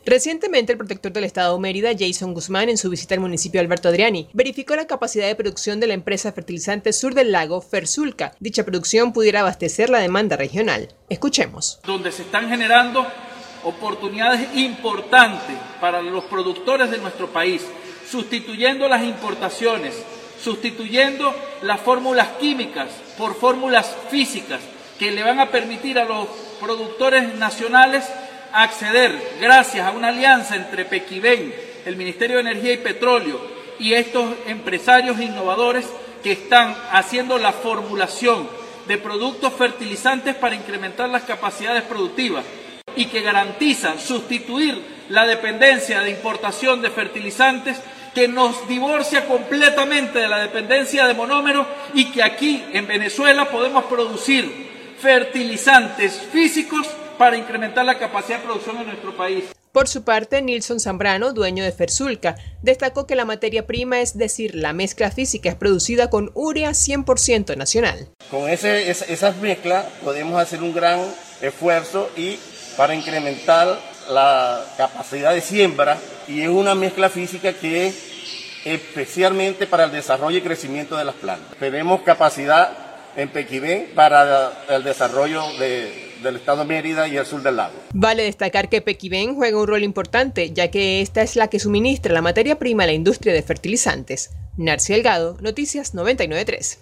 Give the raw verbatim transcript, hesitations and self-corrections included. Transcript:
Recientemente, el protector del Estado Mérida, Jason Guzmán, en su visita al municipio de Alberto Adriani, verificó la capacidad de producción de la empresa fertilizante Sur del Lago, Fersulca. Dicha producción pudiera abastecer la demanda regional. Escuchemos. Donde se están generando oportunidades importantes para los productores de nuestro país, sustituyendo las importaciones, sustituyendo las fórmulas químicas por fórmulas físicas que le van a permitir a los productores nacionales acceder, gracias a una alianza entre Pequiven, el Ministerio de Energía y Petróleo y estos empresarios innovadores que están haciendo la formulación de productos fertilizantes para incrementar las capacidades productivas y que garantizan sustituir la dependencia de importación de fertilizantes que nos divorcia completamente de la dependencia de monómeros y que aquí en Venezuela podemos producir fertilizantes físicos para incrementar la capacidad de producción en nuestro país. Por su parte, Nilson Zambrano, dueño de Fersulca, destacó que la materia prima, es decir, la mezcla física, es producida con urea cien por ciento nacional. Con ese, esa, esas mezclas podemos hacer un gran esfuerzo y para incrementar la capacidad de siembra, y es una mezcla física que es especialmente para el desarrollo y crecimiento de las plantas. Tenemos capacidad en Pequiven para el desarrollo de, del estado de Mérida y el sur del lago. Vale destacar que Pequiven juega un rol importante, ya que esta es la que suministra la materia prima a la industria de fertilizantes. Narci Delgado, Noticias noventa y nueve punto tres.